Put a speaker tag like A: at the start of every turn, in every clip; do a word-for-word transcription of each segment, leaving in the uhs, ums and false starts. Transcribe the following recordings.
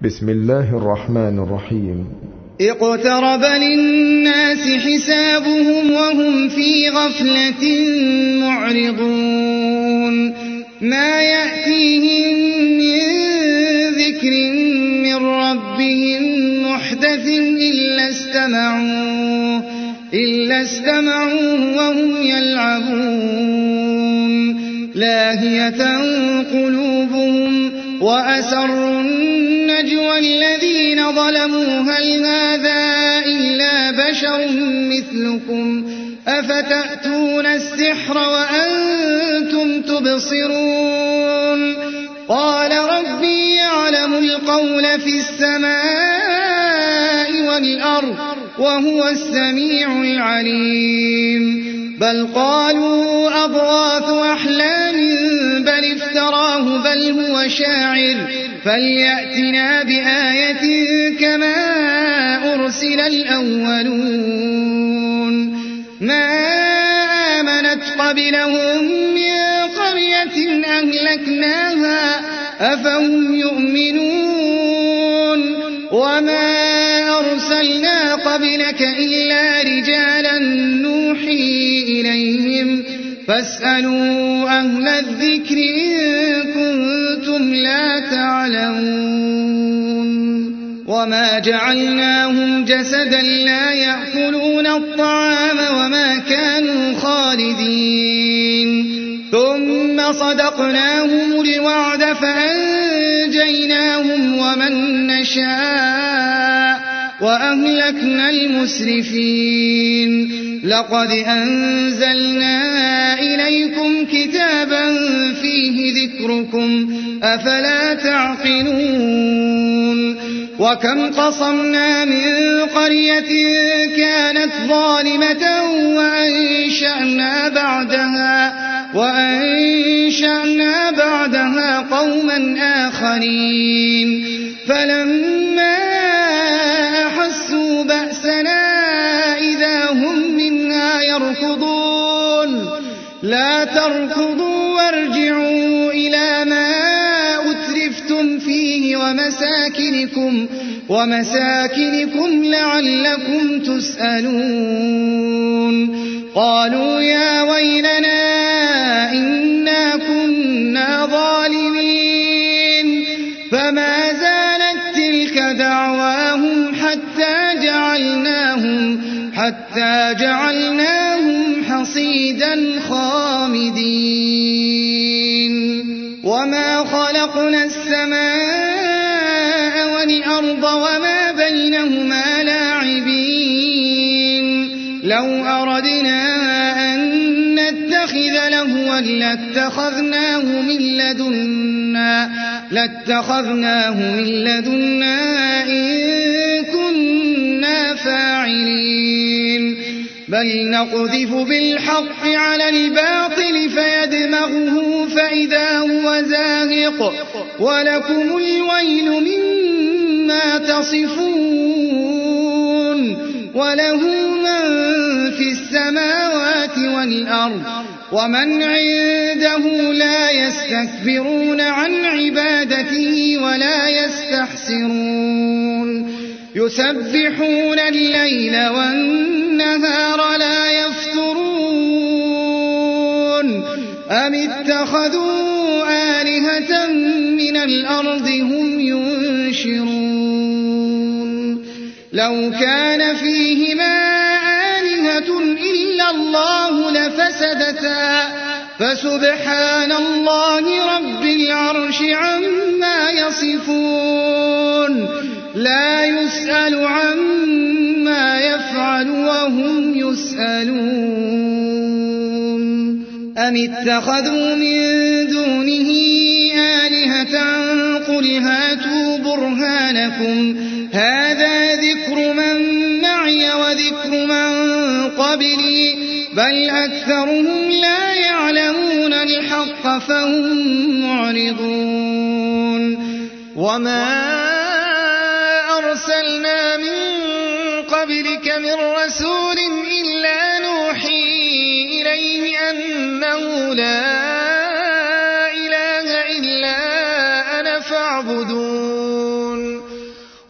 A: بسم الله الرحمن الرحيم.
B: اقترب للناس حسابهم وهم في غفلة معرضون ما يأتيهم من ذكر من ربهم محدث إلا استمعوه, إلا استمعوه وهم يلعبون لاهية قلوبهم وأسروا النجوى الذين ظلموا هل هذا إلا بشر مثلكم أفتأتون السحر وأنتم تبصرون قال ربي يعلم القول في السماء والأرض وهو السميع العليم بل قالوا أضغاث أحلام بل افتراه بل هو شاعر فليأتنا بآية كما أرسل الأولون ما آمنت قبلهم من قرية أهلكناها أفهم يؤمنون وما أرسلنا قبلك إلا رجالا نوحي إليهم فاسألوا أهل الذكر إن كنتم لا تعلمون وما جعلناهم جسدا لا يأكلون الطعام وما كانوا خالدين ثم صدقناهم الوعد فأنجيناهم ومن نشاء وأهلكنا المسرفين لقد أنزلنا إليكم كتابا فيه ذكركم أفلا تعقلون وكم قصمنا من قرية كانت ظالمة وأنشأنا بعدها وأنشأنا بعدها قوما آخرين فلما أحسوا بأسنا إذا هم منها يركضون لا تركضوا وارجعوا إلى ما أترفتم فيه ومساكنكم, ومساكنكم لعلكم تسألون قالوا يا ويلنا إنا كنا ظالمين فما زالت تلك دعواهم حتى جعلناهم, حتى جعلناهم حصيدا خامدين وما خلقنا السماء والأرض وما بينهما لاعبين لو أردنا أن نتخذ لهوا لاتخذناه من لدنا لاتخذناه من لدنا إن كنا فاعلين بل نقذف بالحق على الباطل فيدمغه فإذا هو زاهق ولكم الويل مما تصفون وله من في السماوات والأرض ومن عنده لا يستكبرون عن عبادته ولا يستحسرون يسبحون الليل والنهار لا يفترون أم اتخذوا آلهة من الأرض هم ينشرون لو كان فيهما آلهة إلا الله لفسدتا فسبحان الله رب العرش عما يصفون لا يسأل عما يفعل وهم يسألون أم اتخذوا من دونه آلهة قل هاتوا برهانكم هذا ذكر من معي وذكر من قبلي بل أكثرهم لا يعلمون الحق فهم معرضون وما أرسلنا من قبلك من رسول إلا نوحي إليه أنه لا إله إلا أنا فاعبدون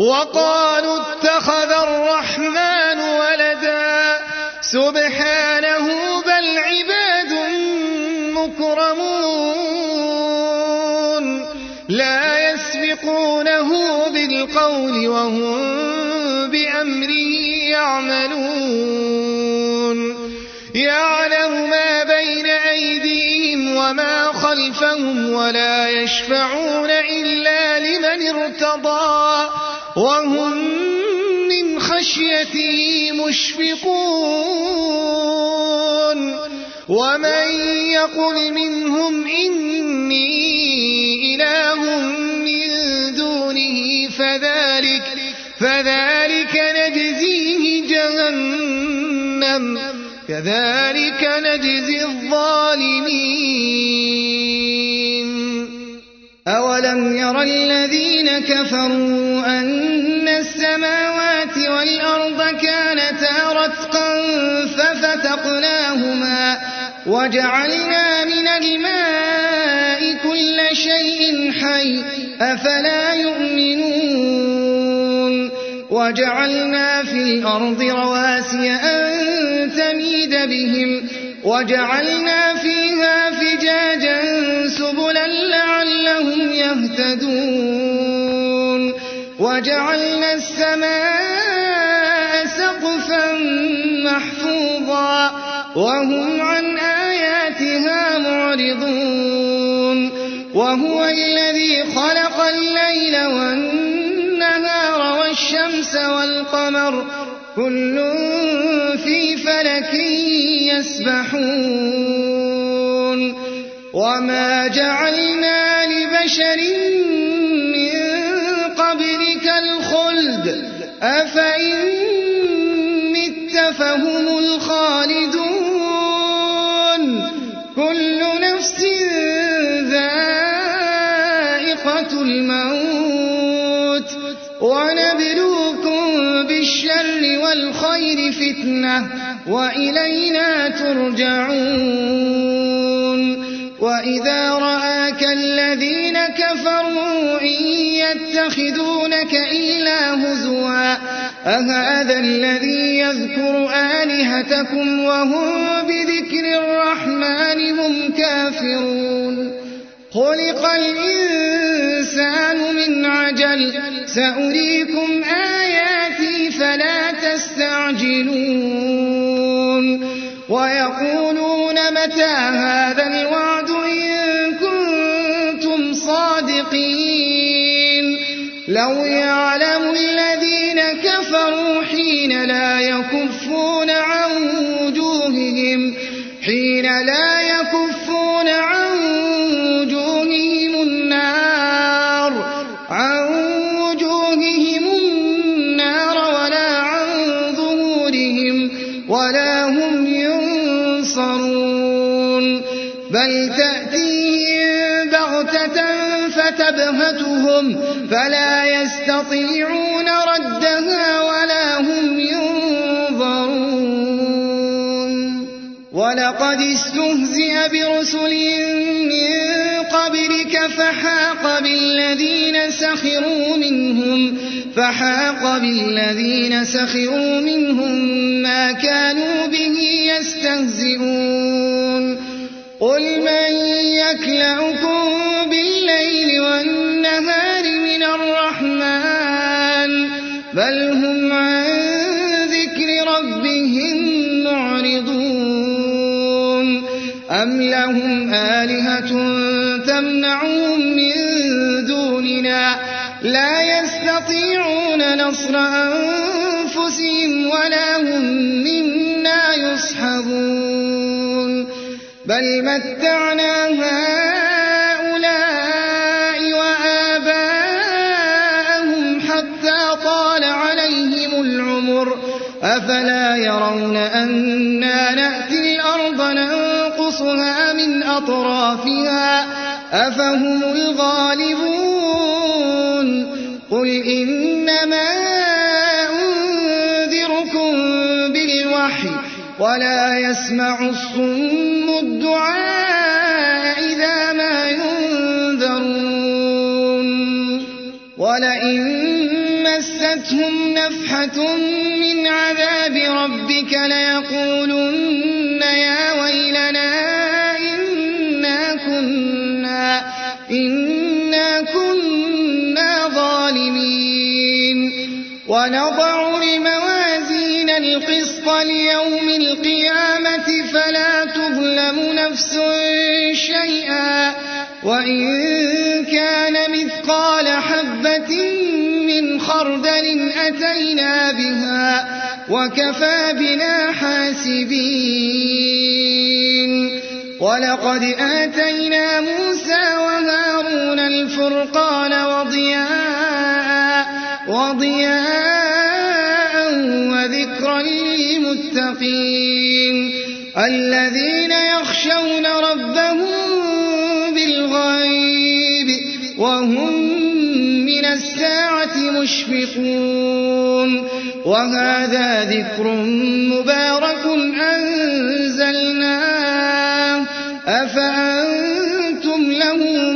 B: وقالوا اتخذ الرحمن ولدا سبحانه بل عباد مكرمون لا يسبقونه بالقول وهم بأمره يعملون يعلم ما بين أيديهم وما خلفهم ولا يشفعون إلا لمن ارتضى وهم من خشيته مشفقون ومن يقل منهم إني إله من دونه فذلك, فذلك نجزيه جهنم كذلك نجزي الظالمين أولم ير الذين كفروا أن السماوات والأرض كانتا رتقا ففتقناهما وجعلنا من الماء كل شيء حي أفلا يؤمنون وجعلنا في الأرض رواسي أن تميد بهم وجعلنا فيها فجاجا سبلا لعلهم يهتدون وجعلنا السماء سقفا محفوظا وهم عن آياتها معرضون وهو الذي خلق الليل والنهار والشمس والقمر كل في فلك يسبحون وما جعلنا لبشر من قبلك الخلد أفإن مت فهم الخالدون كل نفس ذائقة الموت ونبلوكم بالشر والخير فتنة وإلينا ترجعون وإذا رآك الذين كفروا إن يتخذونك إلا هزوا أهذا الذي يذكر آلهتكم وهم بذكر الرحمن هم كافرون خلق الإنسان من عجل سأريكم آياتي فلا تستعجلون ويقولون متى هذا الوعد إن كنتم صادقين لو يعلم الذين كفروا حين لا يكفون عن وجوههم حين لا يكفون عن وجوههم النار عن وجوههم النار ولا عن ظهورهم ولا هم ينصرون بل تأتيهم بغتة فتبهتهم فلا يستطيعون ردها ولا هم ينظرون ولقد استهزئ برسل من قبلك فحاق بالذين سخروا منهم فحاق بالذين سخروا منهم ما كانوا به يستهزئون قل من يكلؤكم بالليل والنهار من الرحمن بل هم عن ذكر ربهم معرضون أم لهم آلهة تمنعهم من دوننا لا يستطيعون نصر أنفسهم ولا هم منا يصحبون بل متعنا هؤلاء وآباءهم حتى طال عليهم العمر أفلا يرون أنا نأتي الأرض ننقصها من أطرافها أفهم الغالبون قل إنما أنذركم بالوحي ولا يسمع الصم الدعاء إذا ما ينذرون ولئن مستهم نفحة من عذاب ربك ليقولن يا ويلنا إنا كنا, إنا كنا ظالمين. ونضع الموازين القسط ليوم القيامة فلا تظلم نفس شيئا وإن كان مثقال حبة من خردل أتينا بها وكفى بنا حاسبين. ولقد آتينا موسى وهارون الفرقان وضياء, وضياء وذكرا للمتقين الذين يخشون ربهم بالغيب وهم من الساعة مشفقون. وهذا ذكر مبارك أنزلناه أفأنتم له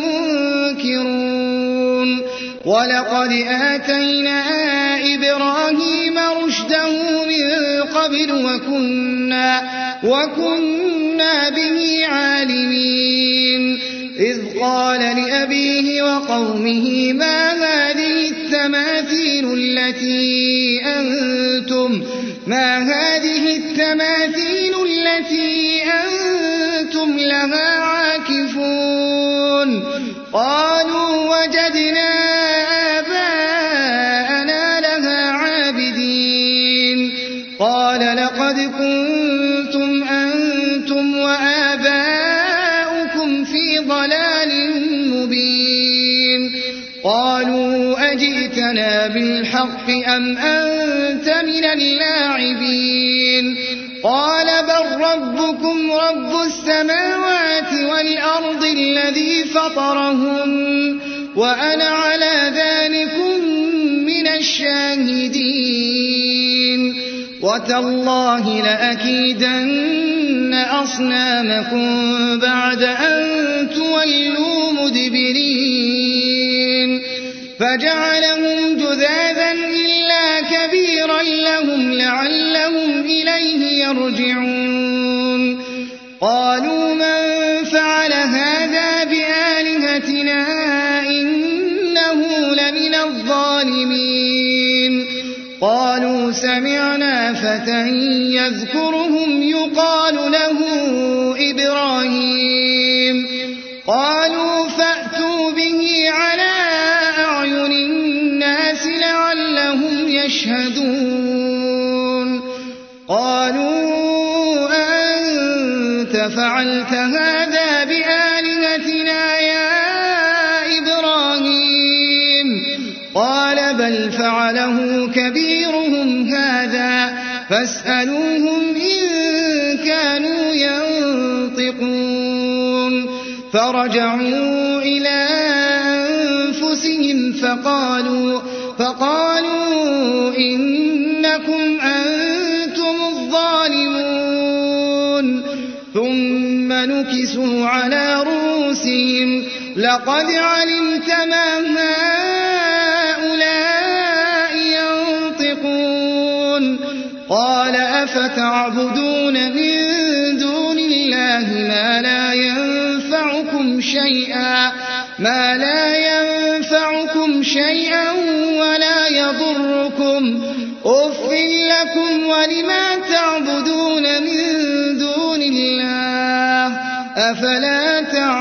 B: منكرون. ولقد آتينا إبراهيم رشده من قبل وكنا, وكنا به عالمين. إذ قال لأبيه وقومه ما هذه التماثيل التي أنتم, ما هذه التماثيل التي أنتم لها عاكفون. قالوا وجدنا آباءنا لها عابدين. قال لقد كنتم أنتم وآباؤكم في ضلال مبين. قالوا أجئتنا بالحق أم أنت من اللاعبين. قال بل ربكم رب السماوات والأرض الذي فطرهن وأنا على ذلكم من الشاهدين. وتالله لأكيدن أصنامكم بعد أن تولوا مدبرين. فجعلهم جذاذا إلا كبيرا لهم لعلهم إليه يرجعون. قالوا من فعل هذا بآلهتنا إنه لمن الظالمين. قالوا سمعنا فتى يذكرهم يقال له إبراهيم. قالوا فأتوا به على أعين الناس لعلهم يشهدون. قالوا أأنت فعلت هذا بآلهتنا يا إبراهيم؟ قال بل فعله كبيرهم هذا فاسألوهم إن كانوا ينطقون. فرجعوا إلى أنفسهم فقالوا, فقالوا إنكم أنتم الظالمون. ثم نكسوا على رؤوسهم لقد علمت ما هؤلاء ينطقون. قال أفتعبدون من دون الله ما لا ينفعكم شيئا, ما لا ينفعكم شيئا ولا يضركم. أف لكم ولما تعبدون من دون الله أفلا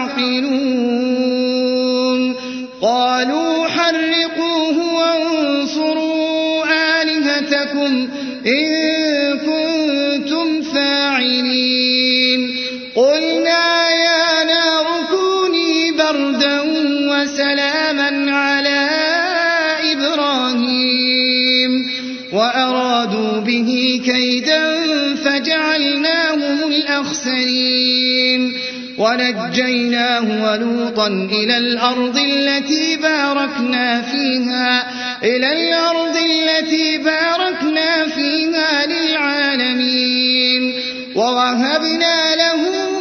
B: تعقلون. قالوا حرقوه وانصروا آلهتكم إن كنتم فاعلين. قلنا يا نار كوني بردا وسلاما على إبراهيم. وأرادوا به كيدا فجعلناهم الأخسرين. ونجيناه ولوطا إلى الأرض التي باركنا فيها, إلى الأرض التي باركنا فيها للعالمين. ووهبنا له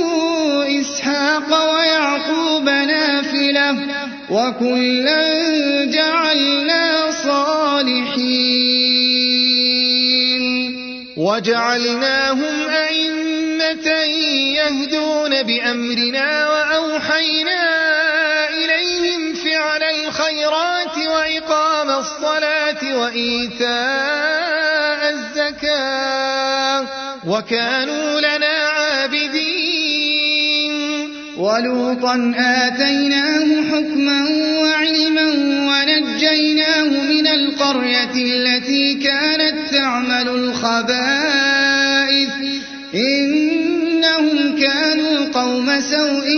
B: إسحاق ويعقوب نافلة وكلا جعلنا صالحين. الصالحين
C: وجعلناهم أئمة يهدون بأمرنا وأوحينا إليهم فعل الخيرات وإقام الصلاة وإيتاء الزكاة وكانوا لنا عابدين
B: ولوطا آتيناه حكما وعلما ونجيناه من القرية التي كانت تعمل الخبائث إنهم كانوا قوم سوء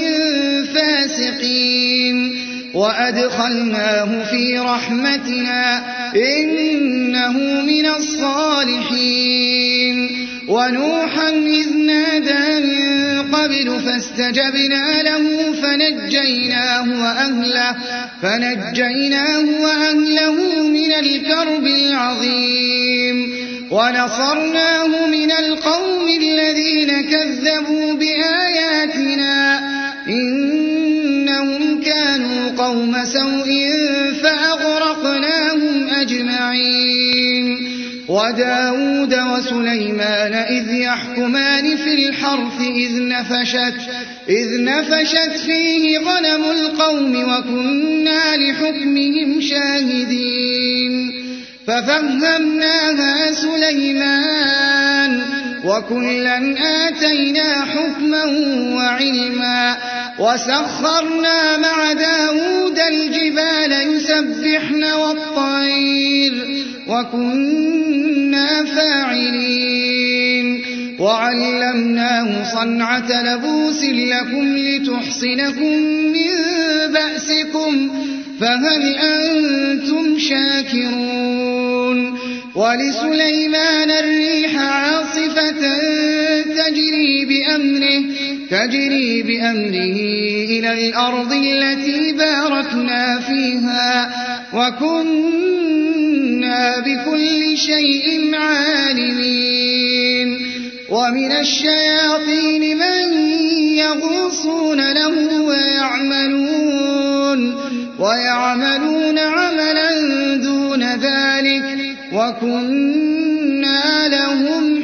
B: فاسقين وأدخلناه في رحمتنا إنه من الصالحين ونوحا إذ نادى من قبل فاستجبنا له فنجيناه وأهله, فنجيناه وأهله من الكرب العظيم ونصرناه من القوم الذين كذبوا بآياتنا إنهم كانوا قوم سوء فأغرقناهم أجمعين وداود وسليمان إذ يحكمان في الحرث إذ نفشت, إذ نفشت فيه غنم القوم وكنا لحكمهم شاهدين ففهمناها سليمان وكلا آتينا حكما وعلما وسخرنا مع داود الجبال يسبحن والطير وكنا فاعلين وعلمناه صنعة لبوس لكم لتحصنكم من بأسكم فهل أنتم شاكرون ولسليمان الريح عاصفة تجري بأمره, تجري بأمره إلى الأرض التي باركنا فيها وكنا بكل شيء عالمين ومن الشياطين من يغوصون له ويعملون, ويعملون عملا دون ذلك وكنا لهم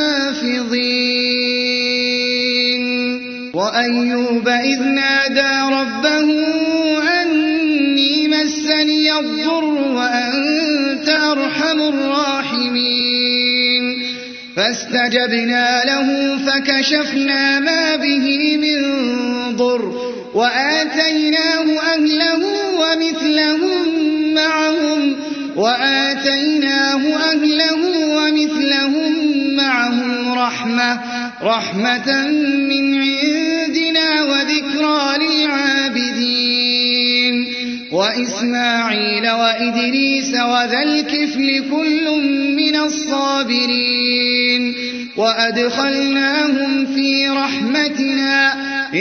B: حافظين وأيوب إذ نادى ربه أني مسني الضر وأنت أرحم الراحمين فاستجبنا له فكشفنا ما به من ضر وآتيناه أهله ومثلهم معهم وآتيناه أهله ومثلهم معهم رحمة, رحمة من عندنا وذكرى للعابدين وإسماعيل وإدريس وذا الكفل كل من الصابرين وأدخلناهم في رحمتنا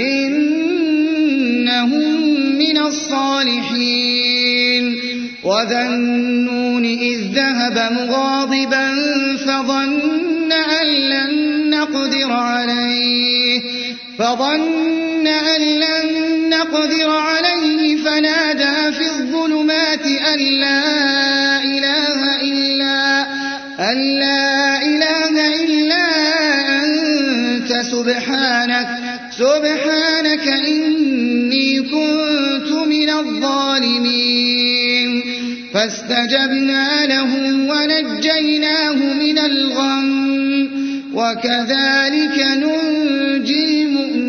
B: إنهم من الصالحين وذا النون إذ ذهب مغاضبا فظن أن لن نقدر عليه فظن أن لن نقدر عليه فنادى في الظلمات أن لا إله إلا أن لا إله إلا أنت سبحانك سبحانك إني كنت من الظالمين فاستجبنا له ونجيناه من الغم وكذلك ننجي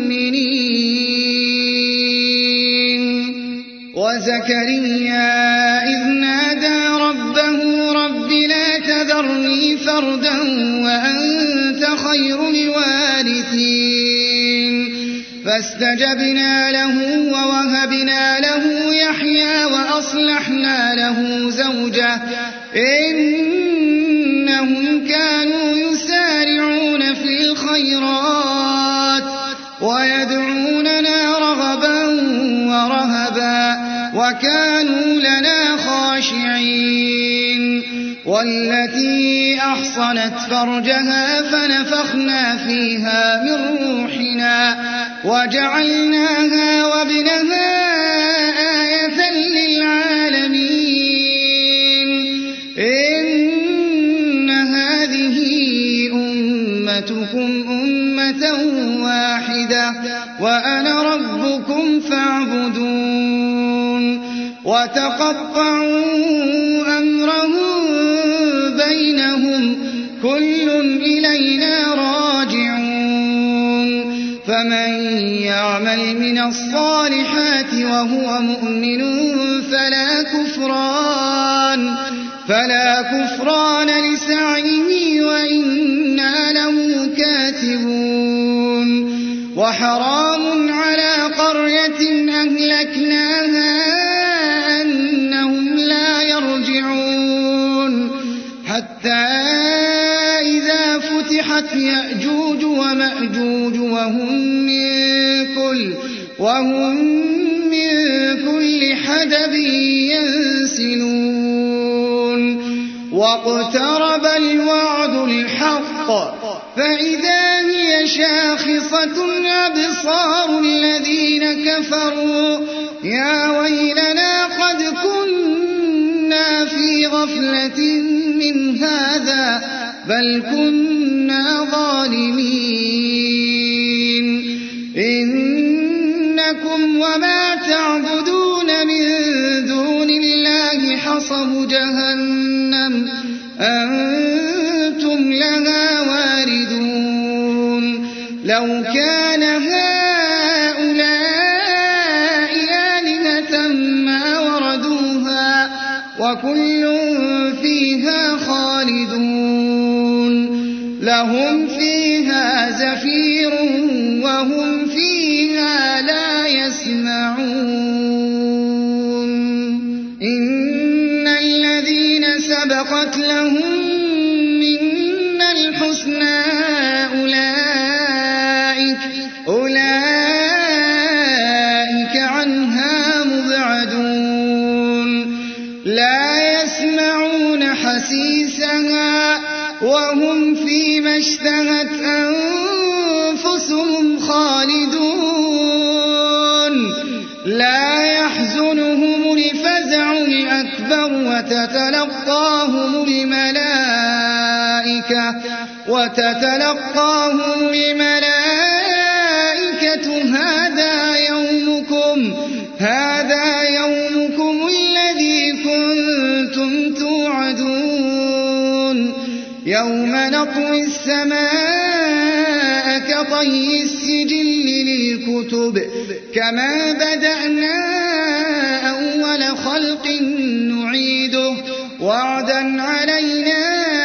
B: المؤمنين وزكريا إذ نادى ربه رب لا تذرني فردا وأنت خير الوارثين فاستجبنا له ووهبنا له يحيى وأصلحنا له زوجه إنهم كانوا يسارعون في الخيرات ويدعوننا رغبا ورهبا وكانوا لنا خاشعين والتي أحصنت فرجها فنفخنا فيها من روحنا وجعلناها وابنها آية للعالمين أُمَّتُكُمْ أُمَّةً وَاحِدَةً وَأَنَا رَبُّكُمْ فَاعْبُدُونِ وَتَقَطَّعُوا أَمْرَهُم بَيْنَهُمْ كُلٌّ إِلَيْنَا راجعون فَمَن يَعْمَلْ مِنَ الصَّالِحَاتِ وَهُوَ مُؤْمِنٌ فَلَا كُفْرَانَ فَلَا كُفْرَانَ لِسَعْيِهِ وَإِنَّا لَهُ كَاتِبُونَ وَحَرَامٌ عَلَىٰ قَرْيَةٍ أَهْلَكْنَاهَا أَنَّهُمْ لَا يَرْجِعُونَ حَتَّىٰ إِذَا فُتِحَتْ يَأْجُوجُ وَمَأْجُوجُ وَهُم مِّن كُلِّ وَهُم مِّن كُلِّ حَدَبٍ يَنسِلُونَ وَاقْتَرَبَ الْوَعْدُ الْحَقُّ فَإِذَا هِيَ شَاخِصَةٌ أَبْصَارُ الَّذِينَ كَفَرُوا يَا وَيْلَنَا قَدْ كُنَّا فِي غَفْلَةٍ مِّنْ هَٰذَا بَلْ كُنَّا ظَالِمِينَ إِنَّكُمْ وَمَا تَعْبُدُونَ مِن دُونِ اللَّهِ حَصَبُ جَهَنَّمَ أَنتُمْ لَهَا وَارِدُونَ لَوْ كَانَ هَٰؤُلَاءِ آلِهَةً مَّا وَرَدُوهَا وَكُلٌّ فِيهَا خَالِدُونَ لَهُمْ فِيهَا زَفِيرٌ وَهُمْ فِيهَا لَا يَسْمَعُونَ إِنَّ الَّذِينَ سَبَقَتْ لَهُم مِّنَّا الْحُسْنَىٰ أُولَٰئِكَ أُولَٰئِكَ عَنْهَا مُبْعَدُونَ لَا يَسْمَعُونَ حَسِيسَهَا وَهُمْ فِيمَا اشْتَهَتْ أَنفُسُهُمْ خَالِدُونَ لَا يَحْزُنُهُمُ الْفَزَعُ الْأَكْبَرُ وَتَتَلَقَّاهُمُ الْمَلَائِكَةُ وَتَتَلَقَّاهُمُ الْمَلَائِكَةُ هَٰذَا يَوْمُكُمْ هَٰذَا يَوْمُكُمُ الَّذِي كُنتُمْ تُوعَدُونَ يَوْمَ نَطْوِي السَّمَاءَ كَطَيِّ السِّجِلِّ لِلْكُتُبِ كَمَا بَدَأْنَا أَوَّلَ خَلْقٍ نُّعِيدُهُ وَعْدًا عَلَيْنَا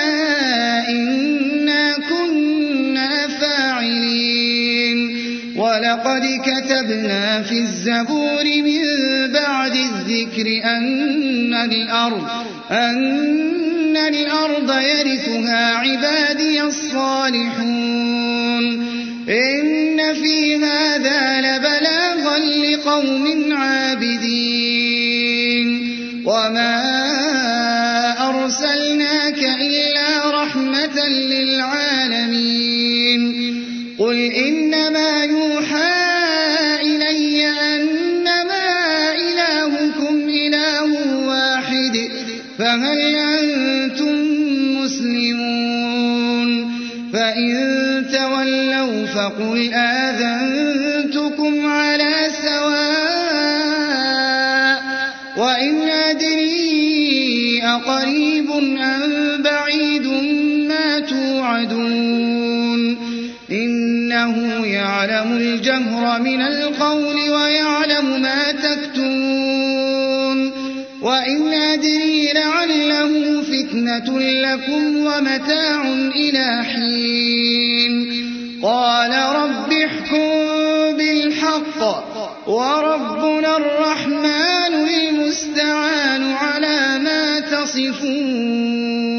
B: إِنَّا كُنَّا فَاعِلِينَ وَلَقَدْ كَتَبْنَا فِي الزَّبُورِ مِن بَعْدِ الذِّكْرِ أَنَّ الْأَرْضَ أَنَّ الْأَرْضَ يَرِثُهَا عِبَادِيَ الصَّالِحُونَ إِنَّ فِي هَٰذَا لَبَلَاغًا لِّقَوْمٍ عَابِدِينَ وَمَا أَرْسَلْنَاكَ إِلَّا رَحْمَةً لِّلْعَالَمِينَ قُلْ إِنَّمَا يُوحَىٰ إِلَيَّ أَنَّمَا إِلَٰهُكُمْ إِلَٰهٌ وَاحِدٌ فَهَلْ أَنتُم مُّسْلِمُونَ فَإِن تَوَلَّوْا فَقُلْ آذَنتُكُمْ عَلَىٰ سَوَاءٍ وَإِنْ أَدْرِي أَقَرِيبٌ أَم بَعِيدٌ مَّا تُوعَدُونَ إِنَّهُ يَعْلَمُ الْجَهْرَ مِنَ الْقَوْلِ وَيَعْلَمُ مَا تَكْتُمُونَ وَإِنْ أَدْرِي لَعَلَّهُ فِتْنَةٌ لَّكُمْ وَمَتَاعٌ إِلَىٰ حِينٍ قَالَ رَبِّ احْكُم بِالْحَقِّ وَرَبُّنَا الرَّحْمَٰنُ الْمُسْتَعَانُ عَلَىٰ مَا تَصِفُونَ